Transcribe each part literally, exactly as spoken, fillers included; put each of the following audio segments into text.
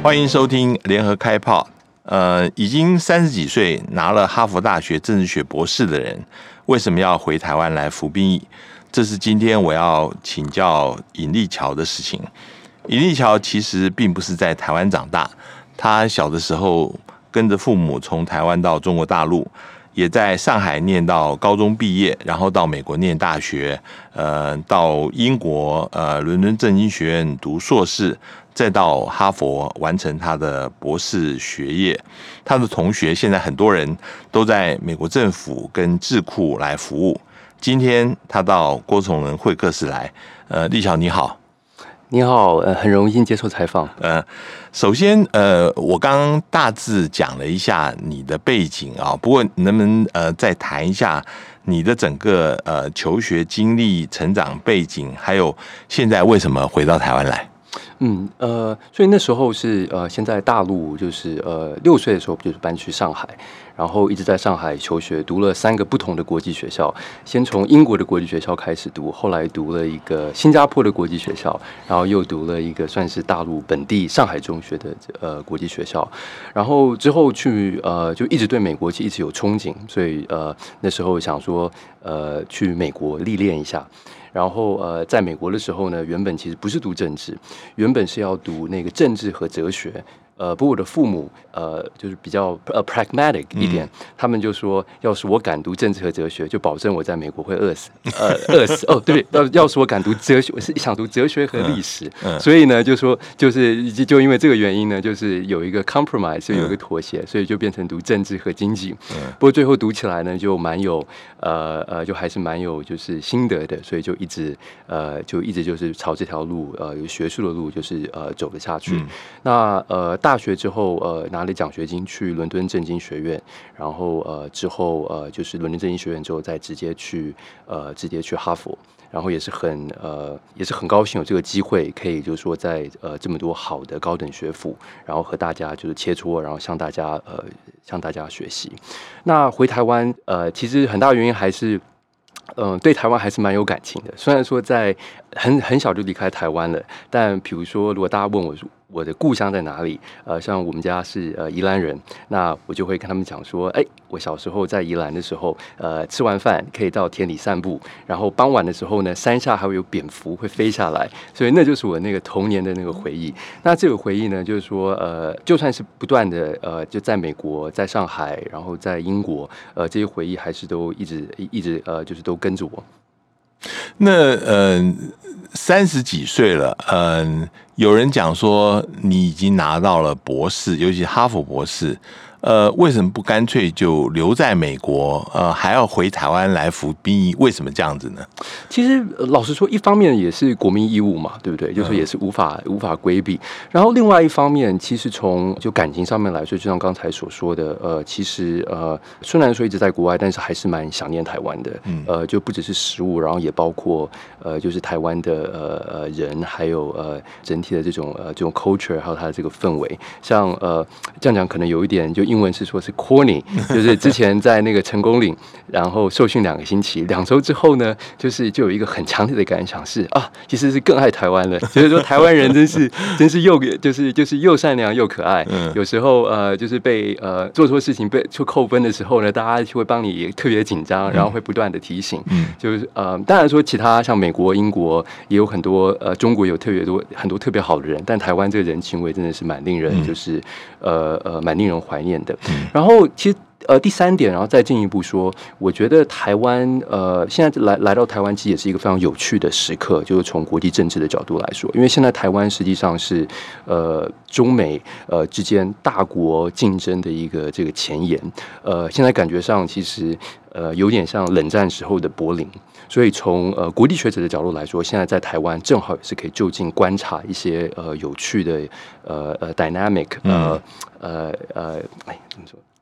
欢迎收听联合开炮。呃，已经三十几岁拿了哈佛大学政治学博士的人，为什么要回台湾来服兵役？这是今天我要请教尹立樵的事情。尹立樵其实并不是在台湾长大，他小的时候跟着父母从台湾到中国大陆，也在上海念到高中毕业，然后到美国念大学，呃，到英国呃伦敦政经学院读硕士，再到哈佛完成他的博士学业。他的同学现在很多人都在美国政府跟智库来服务。今天他到郭崇仁会客室来，呃，立樵你好。 你好，呃，很荣幸接受采访。 呃，首先，呃，我刚刚大致讲了一下你的背景啊，不过能不能呃再谈一下你的整个呃求学经历、成长背景，还有现在为什么回到台湾来？ 嗯，呃，所以那时候是呃，先在大陆，就是呃六岁的时候就是搬去上海，然后一直在上海求学，读了三个不同的国际学校，先从英国的国际学校开始读，后来读了一个新加坡的国际学校，然后又读了一个算是大陆本地上海中学的呃国际学校，然后之后去呃就一直对美国其实一直有憧憬，所以呃那时候想说呃去美国历练一下。然后呃，在美国的时候呢，原本其实不是读政治，原本是要读那个政治和哲学。呃，不过我的父母呃就是比较呃 pragmatic 一点，嗯、他们就说，要是我敢读政治和哲学，就保证我在美国会饿死，呃，饿死。哦，对，要要是我敢读哲学，我是想读哲学和历史，嗯嗯、所以呢，就说就是就因为这个原因呢，就是有一个 compromise， 就有一个妥协，嗯、所以就变成读政治和经济。嗯、不过最后读起来呢，就蛮有呃呃，就还是蛮有就是心得的，所以就一直呃就一直就是朝这条路呃有学术的路就是呃走了下去。嗯、那呃。大学之后，呃，拿了奖学金去伦敦政经学院，然后呃之后呃就是伦敦政经学院之后，再直接去呃直接去哈佛，然后也是很呃也是很高兴有这个机会，可以就是说在呃这么多好的高等学府，然后和大家就是切磋，然后向大家呃向大家学习。那回台湾呃其实很大的原因还是。嗯、呃，对台湾还是蛮有感情的。虽然说在很很小就离开台湾了，但比如说，如果大家问我我的故乡在哪里，呃，像我们家是呃宜兰人，那我就会跟他们讲说，哎，我小时候在宜兰的时候，呃，吃完饭可以到田里散步，然后傍晚的时候呢，山下还会有蝙蝠会飞下来，所以那就是我那个童年的那个回忆。那这个回忆呢，就是说，呃，就算是不断的呃，就在美国、在上海，然后在英国，呃，这些回忆还是都一直一直呃，就是都跟着我。 那呃，三十几岁了，嗯、呃，有人讲说你已经拿到了博士，尤其哈佛博士，呃，为什么不干脆就留在美国？呃，还要回台湾来服兵役？为什么这样子呢？ 其实老实说，一方面也是国民义务嘛，对不对？就是也是无法、嗯、无法规避。然后另外一方面，其实从就感情上面来说，就像刚才所说的，呃，其实呃，虽然说一直在国外，但是还是蛮想念台湾的。嗯、呃，就不只是食物，然后也包括呃，就是台湾的呃呃人，还有呃整体的这种呃这种 culture， 还有它的这个氛围。像呃这样讲可能有一点就。英文是说是 corny， 就是之前在那个成功岭，然后受训两个星期，两周之后呢，就是就有一个很强烈的感想是啊，其实是更爱台湾了。就是说台湾人真是真是又就是就是又善良又可爱。嗯、有时候呃就是被呃做错事情被就扣分的时候呢，大家就会帮你特别紧张，然后会不断的提醒。嗯、就是呃当然说其他像美国、英国也有很多呃中国有特别多很多特别好的人，但台湾这个人情味真的是蛮令人、嗯、就是呃呃蛮令人怀念的。然后其实呃第三点，然后再进一步说，我觉得台湾呃现在来来到台湾其实也是一个非常有趣的时刻，就是从国际政治的角度来说，因为现在台湾实际上是呃中美呃之间大国竞争的一个这个前沿，呃现在感觉上其实呃有点像冷战时候的柏林。所以从呃国际学者的角度来说，现在在台湾正好也是可以就近观察一些呃有趣的呃呃 dynamic 呃呃呃哎怎么说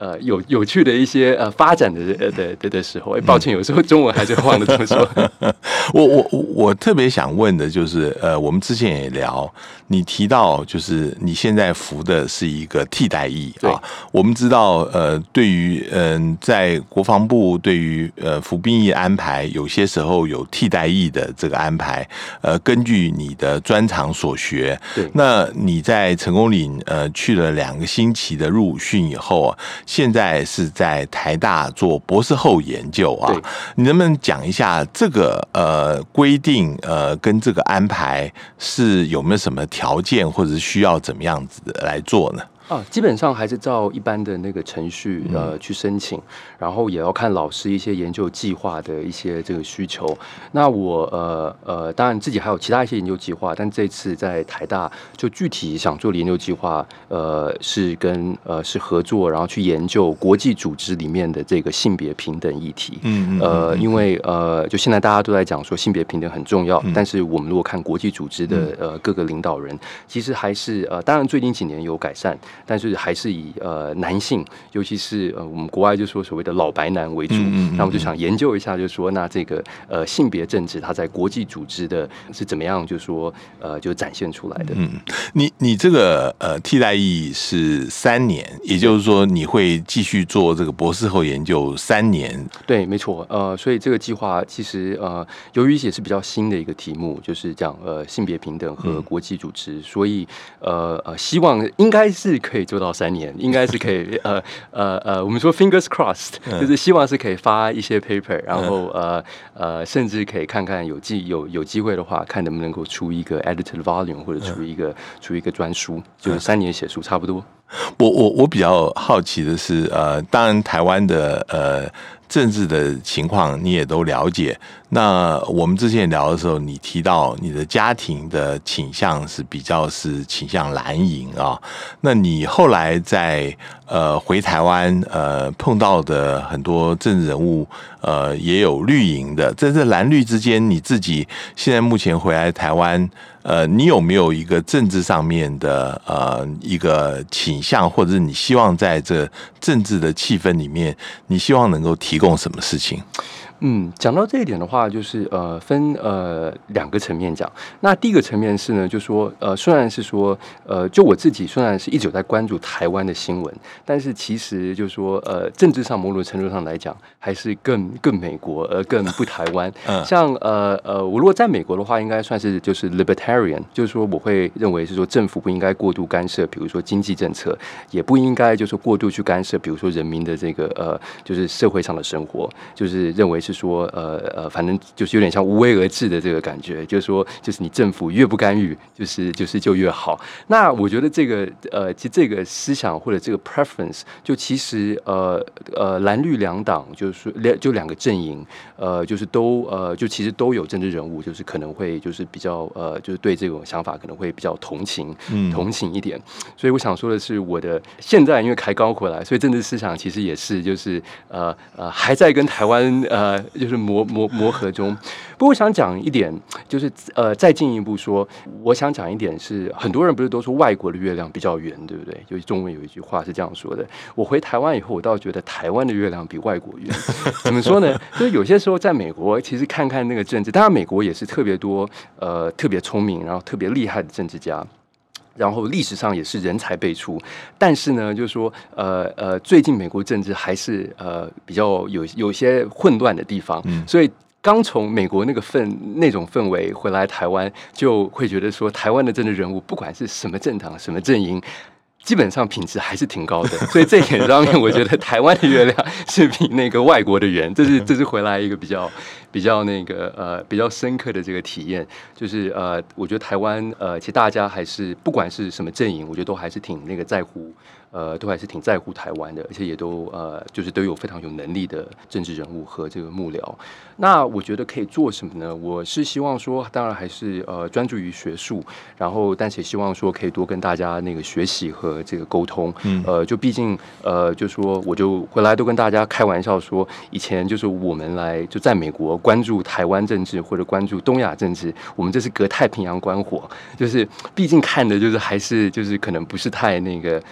呃有有趣的一些呃发展的的的的时候。抱歉，有时候中文还是忘了这么说。 我我我特别想问的就是，呃，我们之前也聊，你提到就是你现在服的是一个替代役啊。我们知道，呃，对于嗯、呃，在国防部对于呃服兵役安排，有些时候有替代役的这个安排，呃，根据你的专长所学。 对。 那你在成功岭呃去了两个星期的入伍训以后啊，现在是在台大做博士后研究啊。你能不能讲一下这个呃规定呃跟这个安排是有没有什么条件，或者是需要怎么样子的来做呢？ 啊，基本上还是照一般的那个程序呃去申请，然后也要看老师一些研究计划的一些这个需求。那我呃呃，当然自己还有其他一些研究计划，但这次在台大就具体想做的研究计划，呃，是跟呃是合作，然后去研究国际组织里面的这个性别平等议题。嗯嗯。呃，因为呃，就现在大家都在讲说性别平等很重要，嗯、但是我们如果看国际组织的呃各个领导人，其实还是呃，当然最近几年有改善。但是还是以呃男性，尤其是呃我们国外就说所谓的老白男为主，嗯嗯嗯、那我们就想研究一下，就是说那这个呃性别政治它在国际组织的是怎么样，就是说呃就展现出来的。 嗯，你你这个呃替代役是三年，也就是说你会继续做这个博士后研究三年。 对，没错，呃，所以这个计划其实呃由于也是比较新的一个题目，就是讲呃性别平等和国际组织，嗯、所以呃呃希望应该是可以做到三年，应该是可以，呃呃呃，我们说 fingers crossed，就是希望是可以发一些 paper， 然后呃呃，甚至可以看看有机有有机会的话，看能不能够出一个 edited volume， 或者出一个出一个专书，就是三年写书差不多。 我我我比较好奇的是，呃，当然台湾的呃政治的情况你也都了解。那我们之前聊的时候，你提到你的家庭的倾向是比较是倾向蓝营啊。那你后来在呃回台湾呃碰到的很多政治人物，呃也有绿营的，在这蓝绿之间，你自己现在目前回来台湾。呃，你有没有一个政治上面的呃一个倾向，或者是你希望在这政治的气氛里面，你希望能够提供什么事情？ 嗯，讲到这一点的话，就是呃分呃两个层面讲。那第一个层面是呢，就说呃虽然是说呃就我自己虽然是一直有在关注台湾的新闻，但是其实就是说呃政治上某种程度上来讲，还是更更美国而更不台湾。嗯、像呃呃我如果在美国的话，应该算是就是 libertarian， 就是说我会认为是说政府不应该过度干涉，比如说经济政策，也不应该就是过度去干涉，比如说人民的这个呃就是社会上的生活，就是认为是。说呃呃，反正就是有点像无为而治的这个感觉，就是说，就是你政府越不干预，就是就是就越好。那我觉得这个呃，其实这个思想或者这个 preference， 就其实呃呃蓝绿两党就是两就两个阵营，呃，就是都呃就其实都有政治人物，就是可能会就是比较呃就是对这种想法可能会比较同情，嗯，同情一点。所以我想说的是，我的现在因为开高回来，所以政治思想其实也是就是呃呃还在跟台湾呃。就是磨磨磨合中，不过我想讲一点，就是呃，再进一步说，我想讲一点是，很多人不是都说外国的月亮比较圆，对不对？就是中文有一句话是这样说的。我回台湾以后，我倒觉得台湾的月亮比外国圆。怎么说呢？就是有些时候在美国，其实看看那个政治，当然美国也是特别多呃特别聪明，然后特别厉害的政治家。然后历史上也是人才辈出，但是呢，就是说，呃呃，最近美国政治还是呃比较有有些混乱的地方，嗯、所以刚从美国那个氛那种氛围回来台湾，就会觉得说，台湾的政治人物不管是什么政党、什么阵营。基本上品质还是挺高的，所以这一点上面，我觉得台湾的月亮是比那个外国的圆，这是这是回来一个比较比较那个呃比较深刻的这个体验，就是呃，我觉得台湾呃，其实大家还是不管是什么阵营，我觉得都还是挺那个在乎。呃，都还是挺在乎台湾的，而且也都呃，就是都有非常有能力的政治人物和这个幕僚。那我觉得可以做什么呢？我是希望说，当然还是呃专注于学术，然后但是也希望说可以多跟大家那个学习和这个沟通。嗯，呃，就毕竟呃，就说我就回来都跟大家开玩笑说，以前就是我们来就在美国关注台湾政治或者关注东亚政治，我们这是隔太平洋观火，就是毕竟看的就是还是就是可能不是太那个，还是会有。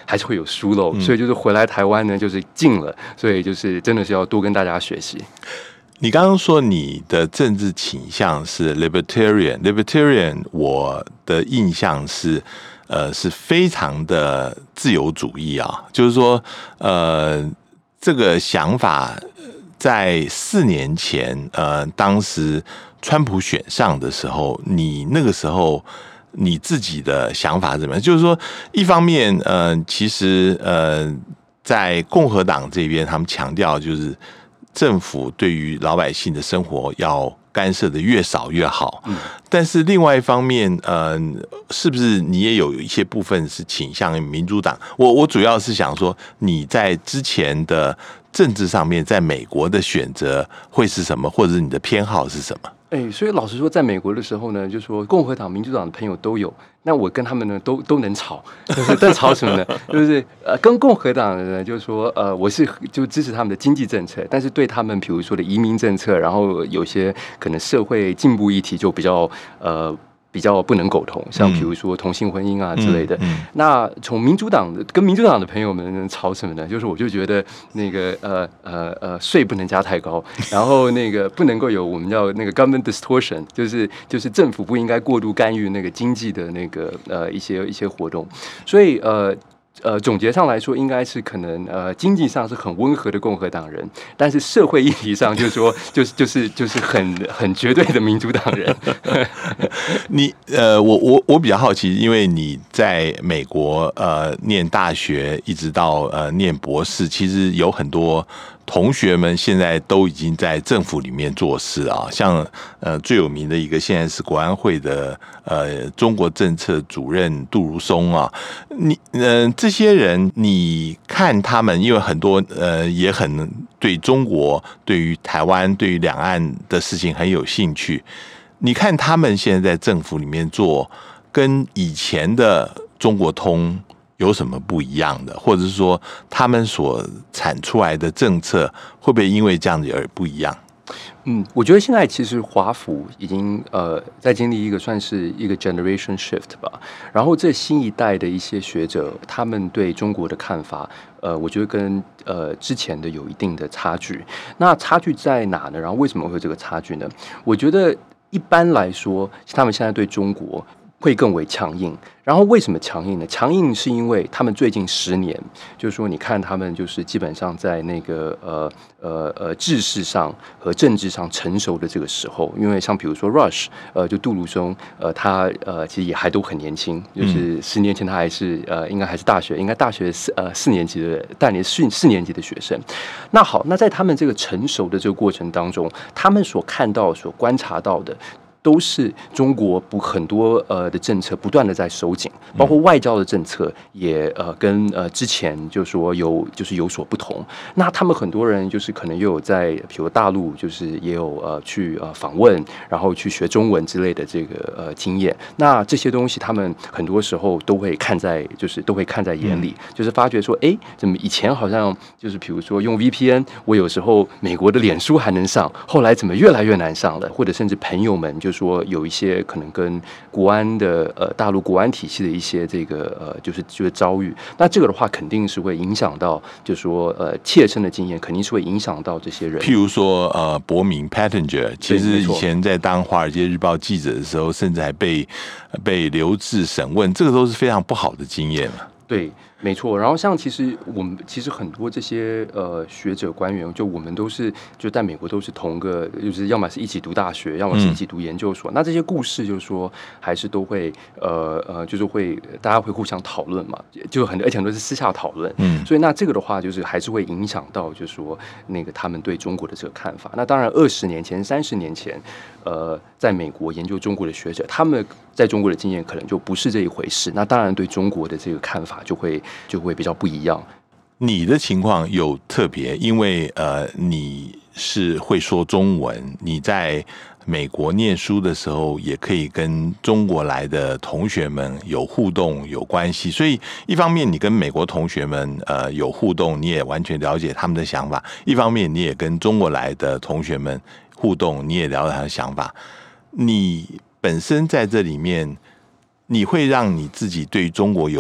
疏漏， 嗯、 所以就是回来台湾呢就是进了，所以就是真的是要多跟大家学习。 你刚刚说你的政治倾向是 libertarian，libertarian 我的印象是，呃，是非常的自由主义啊，就是说，呃，这个想法在四年前，呃，当时川普选上的时候，你那个时候你自己的想法是怎么样？就是说，一方面，呃，其实，呃，在共和党这边，他们强调就是政府对于老百姓的生活要干涉的越少越好，嗯、但是另外一方面，呃，是不是你也有一些部分是倾向于民主党？我我主要是想说，你在之前的政治上面，在美国的选择会是什么，或者是你的偏好是什么？ 哎，所以老实说，在美国的时候呢，就说共和党、民主党的朋友都有，那我跟他们呢都都能吵，就是但吵什么呢？就是呃，跟共和党的呢，就是说呃，我是就支持他们的经济政策，但是对他们比如说的移民政策，然后有些可能社会进步议题就比较呃。比较不能苟同，像比如说同性婚姻啊之类的。嗯嗯、那从民主党的跟民主党的朋友们吵什么呢？就是我就觉得那个呃呃呃税不能加太高，然后那个不能够有我们叫那个 government distortion， 就是就是政府不应该过度干预那个经济的那个呃一些一些活动，所以呃。呃，总结上来说，应该是可能呃，经济上是很温和的共和党人，但是社会议题上就是说，就是就是就是很很绝对的民主党人。 你呃，我我我比较好奇，因为你在美国呃念大学，一直到呃念博士，其实有很多同学们现在都已经在政府里面做事啊，像呃最有名的一个现在是国安会的呃中国政策主任杜如松啊，你呃这些人，你看他们，因为很多呃也很对中国、对于台湾、对于两岸的事情很有兴趣，你看他们现在在政府里面做，跟以前的中国通有什么不一样的，或者是说他们所产出来的政策会不会因为这样子而不一样？ 嗯，我觉得现在其实华府已经呃在经历一个算是一个 generation shift 吧。然后这新一代的一些学者，他们对中国的看法，呃，我觉得跟呃之前的有一定的差距。那差距在哪呢？然后为什么会有这个差距呢？我觉得一般来说，他们现在对中国会更为强硬。然后为什么强硬呢？强硬是因为他们最近十年，就是说，你看他们就是基本上在那个呃呃呃治世上和政治上成熟的这个时候，因为像比如说 Rush， 呃，就杜如松，呃，他呃其实也还都很年轻，就是十年前他还是呃应该还是大学，应该大学四呃四年级的大年四四年级的学生。那好，那在他们这个成熟的这个过程当中，他们所看到、所观察到的，都是中国不很多呃的政策不断的在收紧，包括外交的政策也呃跟呃之前就说有就是有所不同。那他们很多人就是可能又有在比如大陆就是也有呃去呃访问，然后去学中文之类的这个呃经验。那这些东西他们很多时候都会看在就是都会看在眼里，嗯、就是发觉说，哎，怎么以前好像就是比如说用 V P N， 我有时候美国的脸书还能上，后来怎么越来越难上了，或者甚至朋友们就。就说有一些可能跟国安的呃大陆国安体系的一些这个呃就是就是遭遇，那这个的话肯定是会影响到，就说呃切身的经验肯定是会影响到这些人。 譬如说呃伯明 Pettinger， 其实以前在当华尔街日报记者的时候，甚至还被被留置审问，这个都是非常不好的经验嘛。 对。没错，然后像其实我们其实很多这些呃学者官员，就我们都是就在美国都是同个，就是要么是一起读大学，要么是一起读研究所。嗯、那这些故事就是说还是都会呃呃，就是会大家会互相讨论嘛，就很而且都是私下讨论。嗯，所以那这个的话就是还是会影响到，就是说那个他们对中国的这个看法。那当然，二十年前、三十年前，呃，在美国研究中国的学者，他们在中国的经验可能就不是这一回事。那当然对中国的这个看法就会。就会比较不一样。 你的情况有特别，因为呃，你是会说中文，你在美国念书的时候，也可以跟中国来的同学们有互动、有关系。所以，一方面你跟美国同学们呃有互动，你也完全了解他们的想法；一方面你也跟中国来的同学们互动，你也了解他的想法。你本身在这里面，你会让你自己对中国有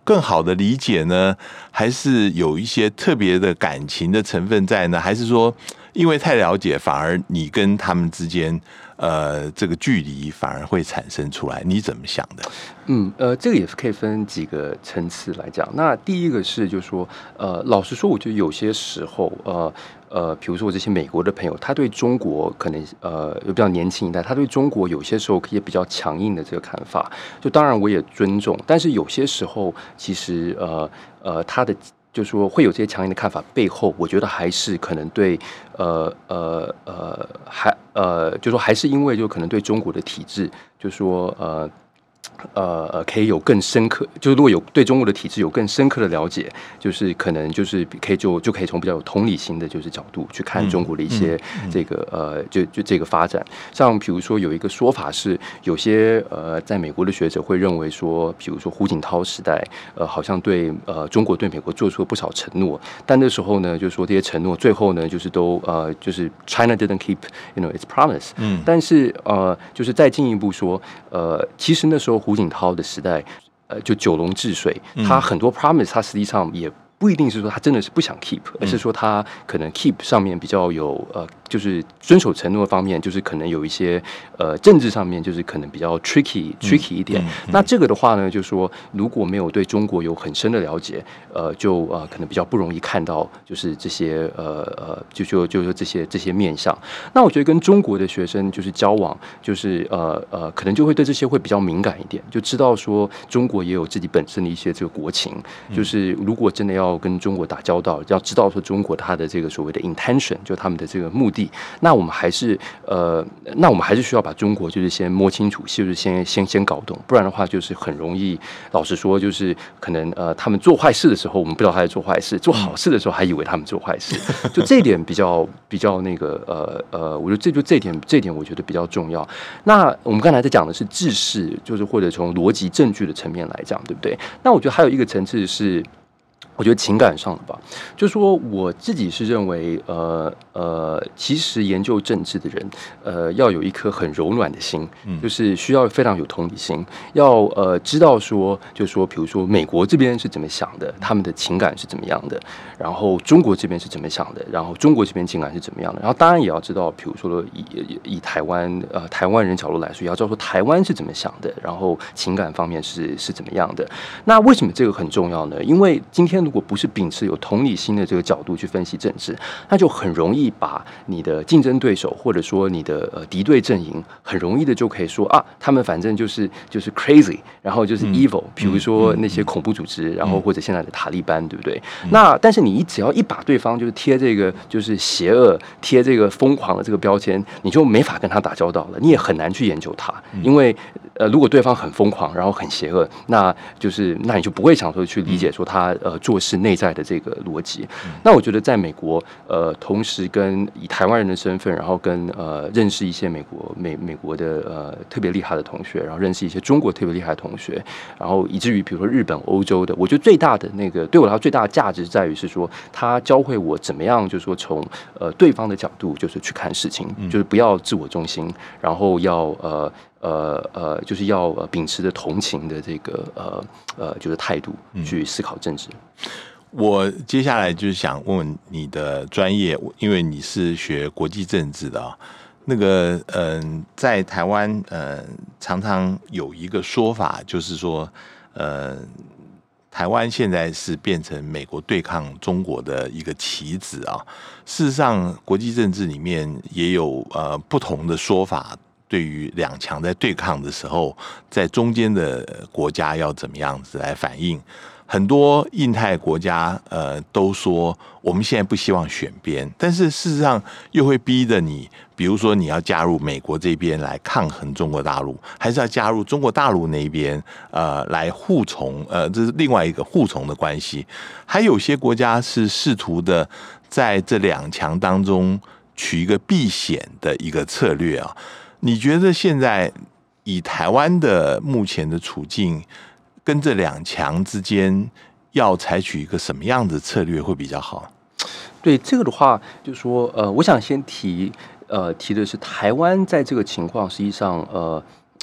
更好的理解呢，还是有一些特别的感情的成分在呢？还是说因为太了解，反而你跟他们之间呃这个距离反而会产生出来？你怎么想的？ 嗯，呃，这个也是可以分几个层次来讲。那第一个是，就是说，呃，老实说，我觉得有些时候，呃呃，比如说我这些美国的朋友，他对中国可能呃有比较年轻一代，他对中国有些时候可以比较强硬的这个看法。就当然我也尊重，但是有些时候其实呃呃他的。就是说会有这些强硬的看法背后，我觉得还是可能对呃呃呃还呃，就说还是因为就可能对中国的体制，就说呃。呃呃，可以有更深刻，就是如果有对中国的体制有更深刻的了解，就是可能就是可以就就可以从比较有同理心的，就是角度去看中国的一些这个、嗯嗯、呃，就就这个发展。像比如说有一个说法是，有些呃在美国的学者会认为说，比如说胡锦涛时代，呃，好像对呃中国对美国做出了不少承诺，但那时候呢，就是说这些承诺最后呢，就是都呃就是 China didn't keep you know its promise。嗯，但是呃，就是再进一步说，呃，其实那时候胡锦涛的时代，呃，就九龙治水，他很多 promise，他实际上也不一定是说他真的是不想 keep，而是说他可能 keep 上面比较有呃，就是遵守承诺方面，就是可能有一些呃政治上面就是可能比较 tricky tricky 一点。嗯嗯嗯、那这个的话呢，就是说如果没有对中国有很深的了解，呃，就呃可能比较不容易看到就是这些呃呃，就就就是这些这些面向。那我觉得跟中国的学生就是交往，就是呃呃，可能就会对这些会比较敏感一点，就知道说中国也有自己本身的一些这个国情，就是如果真的要跟中国打交道，要知道说中国它的这个所谓的 intention， 就他们的这个目的，那我们还是呃，那我们还是需要把中国就是先摸清楚，就是先先先搞懂，不然的话就是很容易，老实说就是可能呃，他们做坏事的时候，我们不知道他在做坏事；做好事的时候，还以为他们做坏事。就这一点比较比较那个呃呃，我觉得这就这一点这一点我觉得比较重要。那我们刚才在讲的是知识，就是或者从逻辑证据的层面来讲，对不对？那我觉得还有一个层次是。我觉得情感上的吧，就说我自己是认为，呃呃，其实研究政治的人，呃，要有一颗很柔软的心，就是需要非常有同理心，要呃知道说，就说比如說美国这边是怎么想的，他们的情感是怎么样的，然后中国这边是怎么想的，然后中国这边情感是怎么样的，然后当然也要知道，比如说以以台湾呃台湾人角度来说，也要知道说台湾是怎么想的，然后情感方面是是怎么样的。那为什么这个很重要呢？因为今天如果不是秉持有同理心的这个角度去分析政治，那就很容易把你的竞争对手或者说你的呃敌对阵营，很容易的就可以说啊，他们反正就是就是 crazy， 然后就是 evil，嗯、比如说那些恐怖组织，然后或者现在的塔利班，对不对？嗯、那但是你只要一把对方就是贴这个就是邪恶、贴这个疯狂的这个标签，你就没法跟他打交道了，你也很难去研究他，因为呃，如果对方很疯狂，然后很邪恶，那就是那你就不会想说去理解说他呃做事内在的这个逻辑。那我觉得在美国，呃，同时跟以台湾人的身份，然后跟呃认识一些美国美美国的呃特别厉害的同学，然后认识一些中国特别厉害的同学，然后以至于比如说日本、欧洲的，我觉得最大的那个对我来说最大的价值在于是说，他教会我怎么样，就是说从呃对方的角度就是去看事情，就是不要自我中心，然后要呃。呃呃，就是要呃秉持着同情的这个呃呃，就是态度去思考政治。 嗯、我接下来就是想问问你的专业，因为你是学国际政治的啊。那个嗯、呃，在台湾呃，常常有一个说法，就是说呃，台湾现在是变成美国对抗中国的一个棋子啊。事实上，国际政治里面也有呃不同的说法。对于两强在对抗的时候，在中间的国家要怎么样子来反应？很多印太国家呃都说我们现在不希望选边，但是事实上又会逼着你，比如说你要加入美国这边来抗衡中国大陆，还是要加入中国大陆那边呃来护从，呃这是另外一个护从的关系。还有些国家是试图的在这两强当中取一个避险的一个策略啊。你觉得现在以台湾的目前的处境，跟这两强之间要采取一个什么样的策略会比较好？ 对这个的话，就是说，呃，我想先提，呃，提的是台湾在这个情况，实际上，呃。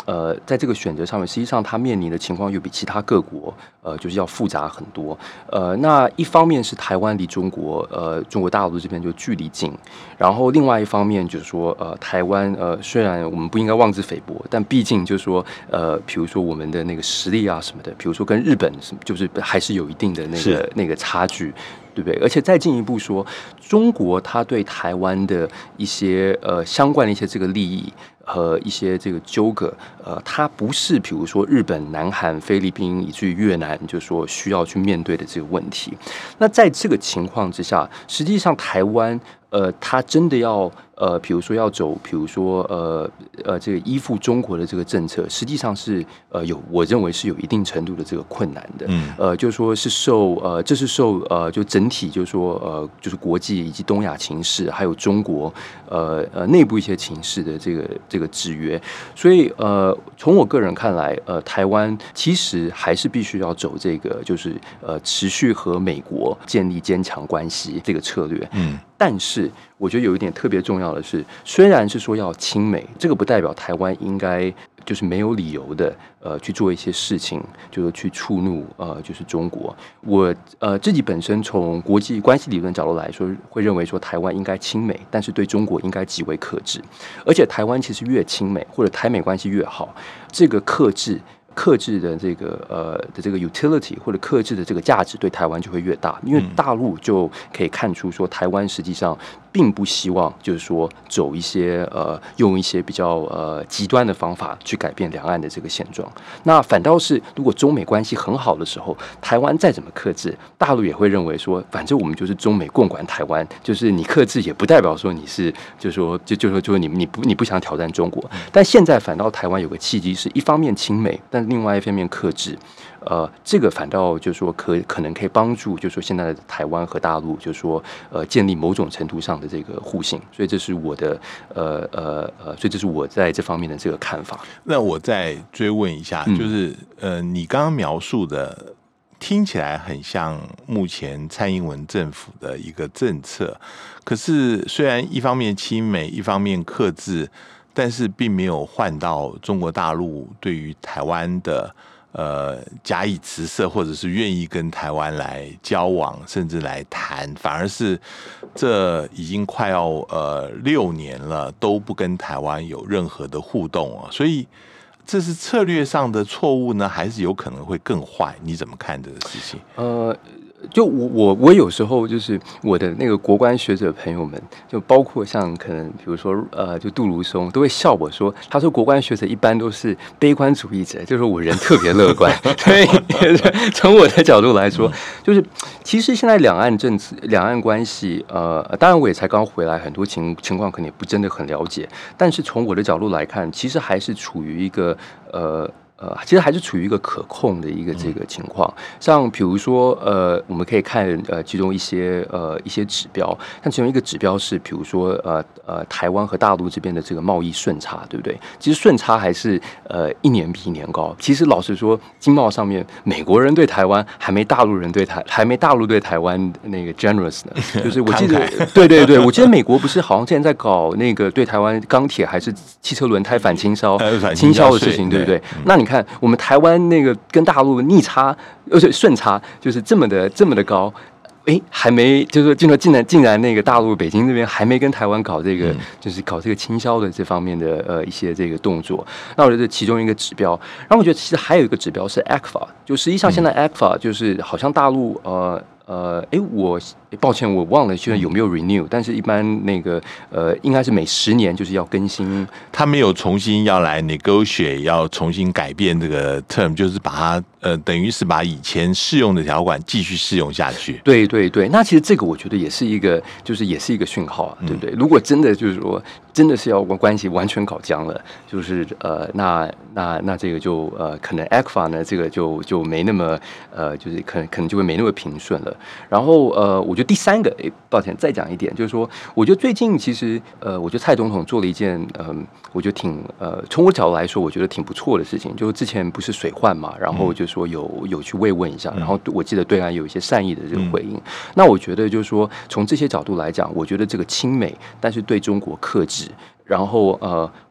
呃，在这个选择上面，实际上它面临的情况又比其他各国呃就是要复杂很多。呃，那一方面是台湾离中国呃中国大陆这边就距离近，然后另外一方面就是说呃台湾呃虽然我们不应该妄自菲薄，但毕竟就是说呃比如说我们的那个实力啊什么的，比如说跟日本就是还是有一定的那个那个差距。对不对？而且再进一步说，中国它对台湾的一些呃相关的一些这个利益和一些这个纠葛，呃，它不是比如说日本、南韩、菲律宾以至于越南，就是说需要去面对的这个问题。那在这个情况之下，实际上台湾呃，它真的要呃，比如说要走，比如说呃呃，这个依附中国的这个政策，实际上是呃有，我认为是有一定程度的这个困难的。嗯，呃，就是说是受呃，这是受呃，就整体就是说呃，就是国际以及东亚情势，还有中国呃呃内部一些情势的这个这个制约。所以呃，从我个人看来，呃，台湾其实还是必须要走这个，就是呃，持续和美国建立坚强关系这个策略。嗯。但是，我觉得有一点特别重要的是，虽然是说要亲美，这个不代表台湾应该就是没有理由的，呃，去做一些事情，就是去触怒呃，就是中国。我呃自己本身从国际关系理论角度来说，会认为说台湾应该亲美，但是对中国应该极为克制。而且台湾其实越亲美或者台美关系越好，这个克制。克制的这个呃的这个 utility 或者克制的这个价值对台湾就会越大，因为大陆就可以看出说台湾实际上并不希望就是说走一些呃用一些比较呃极端的方法去改变两岸的这个现状。那反倒是如果中美关系很好的时候，台湾再怎么克制，大陆也会认为说，反正我们就是中美共管台湾，就是你克制也不代表说你是就是说就就说就是你你不你不想挑战中国。但现在反倒台湾有个契机，是一方面亲美，但另外一方面克制，呃，这个反倒就是说可可能可以帮助，就是说现在的台湾和大陆，就是说呃建立某种程度上的这个互信，所以这是我的呃呃呃，所以这是我在这方面的这个看法。 那我再追问一下，就是呃，你刚刚描述的听起来很像目前蔡英文政府的一个政策，可是虽然一方面亲美，一方面克制。但是并没有换到中国大陆对于台湾的呃加以辞色，或者是愿意跟台湾来交往，甚至来谈，反而是这已经快要呃六年了，都不跟台湾有任何的互动啊。所以这是策略上的错误呢，还是有可能会更坏？你怎么看这个事情？ 呃。就我我我有时候就是我的那个国关学者朋友们，就包括像可能比如说呃，就杜如松都会笑我说，他说国关学者一般都是悲观主义者，就是我人特别乐观。所以从我的角度来说，就是其实现在两岸政治、两岸关系，呃，当然我也才刚回来，很多情情况可能也不真的很了解，但是从我的角度来看，其实还是处于一个呃。呃，其实还是处于一个可控的一个这个情况，像比如说，呃，我们可以看呃其中一些呃一些指标，像其中一个指标是，比如说呃呃台湾和大陆这边的这个贸易顺差，对不对？其实顺差还是呃一年比一年高。其实老实说，经贸上面，美国人对台湾还没大陆人对台还没大陆对台湾那个 generous 呢。就是我记得，对对对，我记得美国不是好像现在在搞那个对台湾钢铁还是汽车轮胎反倾销倾销的事情，对不对？那你看我们台湾那个跟大陆逆差，而且顺差就是这么的这么的高，哎，还没就是竟然竟然竟然那个大陆北京这边还没跟台湾搞这个，嗯、就是搞这个倾销的这方面的呃一些这个动作。那我觉得其中一个指标，然后我觉得其实还有一个指标是 A C F A， 就实际上现在 A C F A 就是好像大陆呃。呃，哎，我抱歉，我忘了现在有没有 renew， 但是一般那个呃，应该是每十年就是要更新。 他没有重新要来 negotiate， 要重新改变这个 term， 就是把它呃，等于是把以前适用的条款继续适用下去。 对对对，那其实这个我觉得也是一个，就是也是一个讯号啊，对不对？嗯、如果真的就是说，真的是要关系完全搞僵了，就是呃，那那那这个就呃，可能 A C F A 呢，这个就就没那么呃，就是可能可能就会没那么平顺了。然后呃，我觉得第三个，哎，抱歉，再讲一点，就是说，我觉得最近其实呃，我觉得蔡总统做了一件嗯、呃，我觉得挺呃，从我角度来说，我觉得挺不错的事情。就是之前不是水患嘛，然后就说有有去慰问一下，然后我记得对岸有一些善意的这个回应。嗯、那我觉得就是说，从这些角度来讲，我觉得这个亲美，但是对中国克制，然后呃。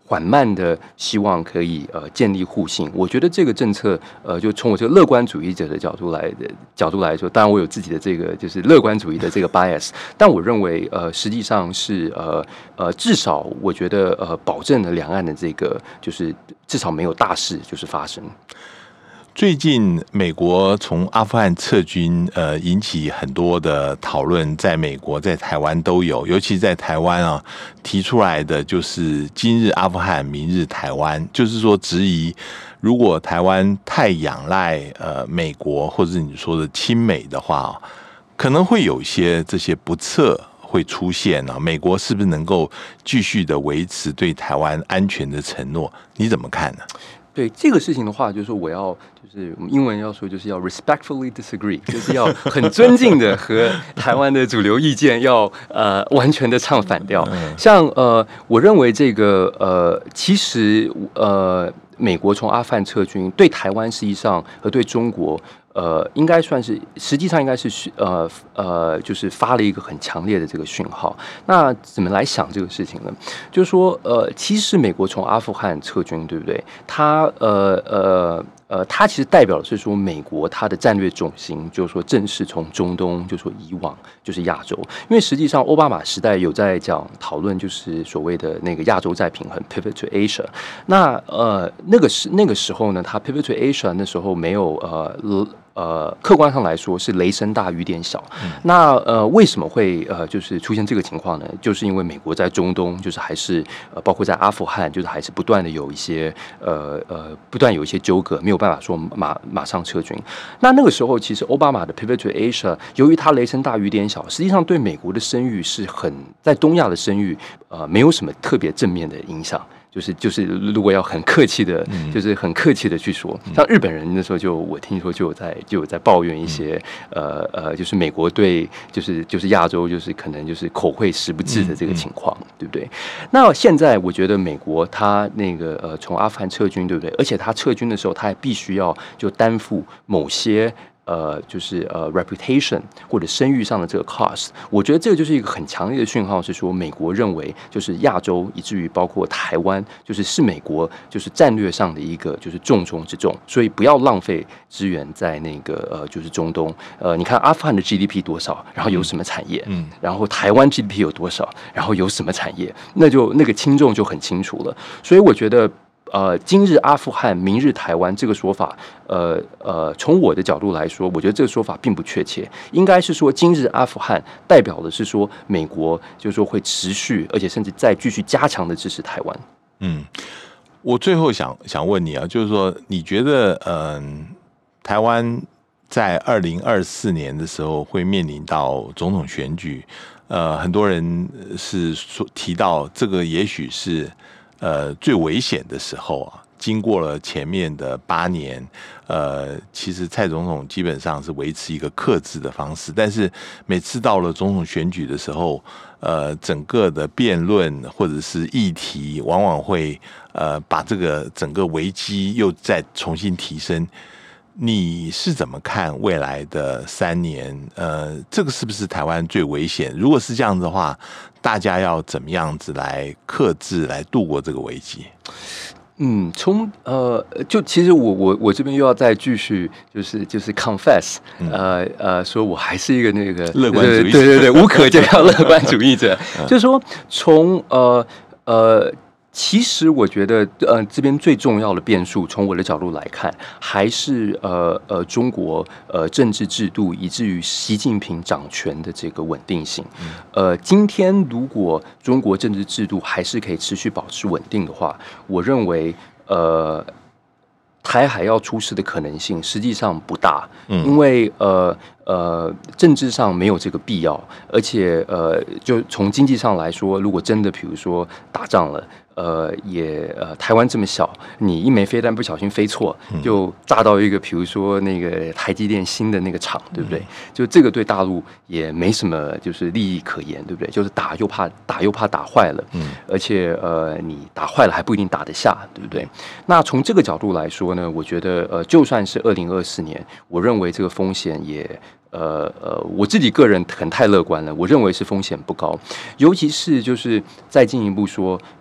缓慢的希望可以呃建立互信。我觉得这个政策呃，就从我这个乐观主义者的角度来的角度来说，当然我有自己的这个就是乐观主义的这个 bias， 但我认为呃实际上是呃呃至少我觉得呃保证了两岸的这个就是至少没有大事就是发生。 最近美国从阿富汗撤军，呃，引起很多的讨论，在美国、在台湾都有，尤其在台湾啊，提出来的就是今日阿富汗，明日台湾，就是说质疑，如果台湾太仰赖呃美国或者你说的亲美的话，可能会有一些这些不测会出现啊。美国是不是能够继续的维持对台湾安全的承诺？你怎么看呢？ 对这个事情的话，就是说我要，就是我们英文要说，就是要 respectfully disagree， 就是要很尊敬的和台湾的主流意见要呃完全的唱反调。像呃，我认为这个呃，其实呃，美国从阿富汗撤军，对台湾实际上和对中国。呃，应该算是，实际上应该是呃呃，就是发了一个很强烈的这个讯号。那怎么来想这个事情呢？就是说，呃，其实美国从阿富汗撤军，对不对？它呃呃呃，它其实代表的是说，美国它的战略重心就是说，正式从中东，就是说移往就是亚洲。因为实际上，奥巴马时代有在讲讨论，就是所谓的那个亚洲再平衡 （pivot to Asia）。那呃，那个时那个时候呢，它 pivot to Asia 那时候没有呃。呃，客观上来说是雷声大雨点小。嗯、那呃，为什么会呃就是出现这个情况呢？就是因为美国在中东，就是还是呃，包括在阿富汗，就是还是不断的有一些呃呃，不断有一些纠葛，没有办法说马马上撤军。那那个时候，其实奥巴马的 Pivot to Asia， 由于它雷声大雨点小，实际上对美国的声誉是很在东亚的声誉呃没有什么特别正面的影响。就是就是，如果要很客气的，就是很客气的去说，像日本人那时候就我听说就有在就有在抱怨一些，呃呃，就是美国对就是就是亚洲就是可能就是口惠实不至的这个情况，对不对？那现在我觉得美国他那个呃从阿富汗撤军，对不对？而且他撤军的时候，他还必须要就担负某些。呃，就是呃 reputation 或者声誉上的这个 cost， 我觉得这个就是一个很强烈的讯号，是说美国认为就是亚洲，以至于包括台湾，就是是美国就是战略上的一个就是重中之重，所以不要浪费资源在那个呃就是中东。呃，你看阿富汗的 G D P 多少，然后有什么产业，嗯，然后台湾 G D P 有多少，然后有什么产业，那就那个轻重就很清楚了。所以我觉得。呃，今日阿富汗，明日台湾这个说法，呃呃，从我的角度来说，我觉得这个说法并不确切，应该是说今日阿富汗代表的是说美国就是说会持续，而且甚至再继续加强的支持台湾。 嗯，我最后想想问你啊，就是说你觉得，嗯、呃，台湾在二零二四年的时候会面临到总统选举，呃，很多人是说提到这个也许是。呃，最危险的时候啊，经过了前面的八年，呃，其实蔡总统基本上是维持一个克制的方式，但是每次到了总统选举的时候，呃，整个的辩论或者是议题，往往会呃把这个整个危机又再重新提升。你是怎么看未来的三年？呃，这个是不是台湾最危险？如果是这样子的话，大家要怎么样子来克制、来度过这个危机？ 嗯，从呃，就其实我我我这边又要再继续，就是就是 confess，、嗯、呃呃，说我还是一个那个乐观主义者， 对对对，无可救药乐观主义者，就是说从呃呃。其实我觉得，呃，这边最重要的变数，从我的角度来看，还是呃呃中国呃政治制度，以至于习近平掌权的这个稳定性。呃，今天如果中国政治制度还是可以持续保持稳定的话，我认为呃。台海要出事的可能性实际上不大，嗯、因为呃呃政治上没有这个必要，而且呃就从经济上来说，如果真的比如说打仗了，呃也呃台湾这么小，你一枚飞弹不小心飞错，就炸到一个比如说那个台积电新的那个厂，对不对？就这个对大陆也没什么就是利益可言，对不对？就是打又怕打又怕打坏了，嗯，而且呃你打坏了还不一定打得下，对不对？那从这个角度来说呢，我觉得呃就算是二零二四年，我认为这个风险也。呃呃，我自己个人可能太乐观了，我认为是风险不高，尤其是就是再进一步说，呃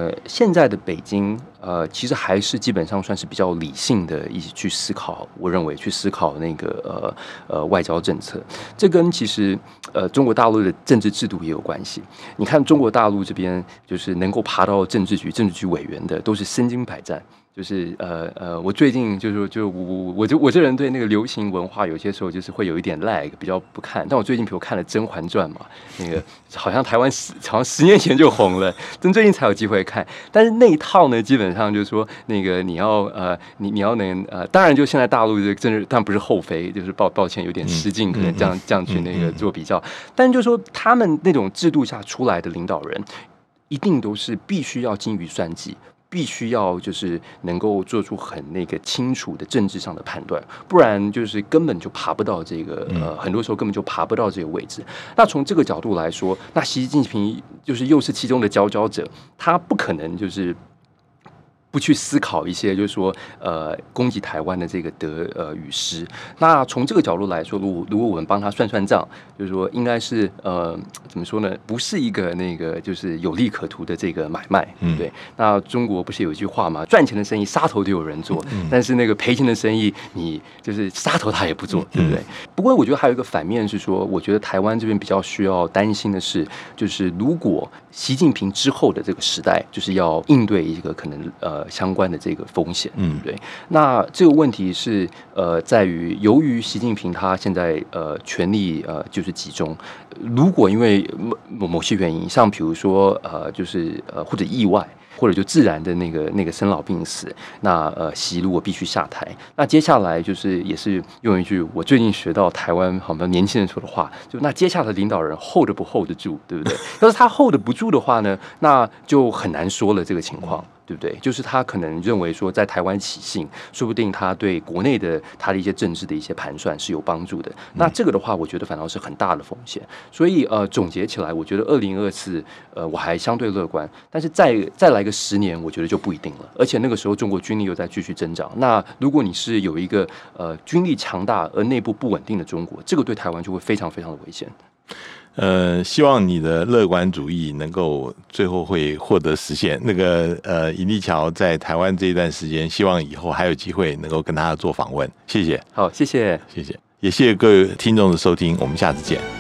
呃，现在的北京，呃，其实还是基本上算是比较理性的，一起去思考。我认为去思考那个呃呃外交政策，这跟其实呃中国大陆的政治制度也有关系。你看中国大陆这边，就是能够爬到政治局、政治局委员的，都是身经百战。就是呃呃，我最近就是就我我就我这人对那个流行文化有些时候就是会有一点 lag， 比较不看。但我最近比如看了《甄嬛传》嘛，那个好像台湾十好像十年前就红了，但最近才有机会看。但是那一套呢，基本上就是说那个你要呃你你要能呃，当然就现在大陆这真是，但不是后妃，就是抱抱歉有点失敬，可能这样这样去那个做比较。但就是说他们那种制度下出来的领导人，一定都是必须要精于算计。必须要就是能够做出很那个清楚的政治上的判断，不然就是根本就爬不到这个呃，很多时候根本就爬不到这个位置。那从这个角度来说，那习近平就是又是其中的佼佼者，他不可能就是不去思考一些，就是说，呃，攻击台湾的这个得呃与失。那从这个角度来说，如果如果我们帮他算算账，就是说，应该是呃，怎么说呢？不是一个那个就是有利可图的这个买卖，嗯、对。那中国不是有一句话吗？赚钱的生意杀头就有人做，嗯、但是那个赔钱的生意，你就是杀头他也不做，对不对？嗯、不过我觉得还有一个反面是说，我觉得台湾这边比较需要担心的是，就是如果习近平之后的这个时代，就是要应对一个可能呃。相关的这个风险，嗯，对。那这个问题是呃，在于由于习近平他现在呃权力呃就是集中，如果因为某某些原因，像比如说呃就是呃或者意外。或者就自然的那个那个生老病死，那呃习如果必须下台，那接下来就是也是用一句我最近学到台湾好多年轻人说的话，就那接下来的领导人 hold 不 hold 得住，对不对？要是他 hold 不住的话呢，那就很难说了这个情况。对不对？就是他可能认为说，在台湾起兴，说不定他对国内的他的一些政治的一些盘算是有帮助的。那这个的话，我觉得反倒是很大的风险。所以呃，总结起来，我觉得二零二四呃，我还相对乐观。但是再再来个十年，我觉得就不一定了。而且那个时候中国军力又在继续增长。那如果你是有一个呃军力强大而内部不稳定的中国，这个对台湾就会非常非常的危险。 呃，希望你的乐观主义能够最后会获得实现。那个呃，尹立桥在台湾这一段时间，希望以后还有机会能够跟他做访问。谢谢， 好，谢谢， 谢谢，也谢谢各位听众的收听，我们下次见。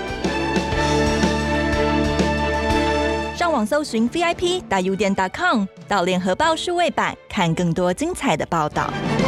上网搜寻 V I P 大 U 点 com 到联合报数位版看更多精彩的报道。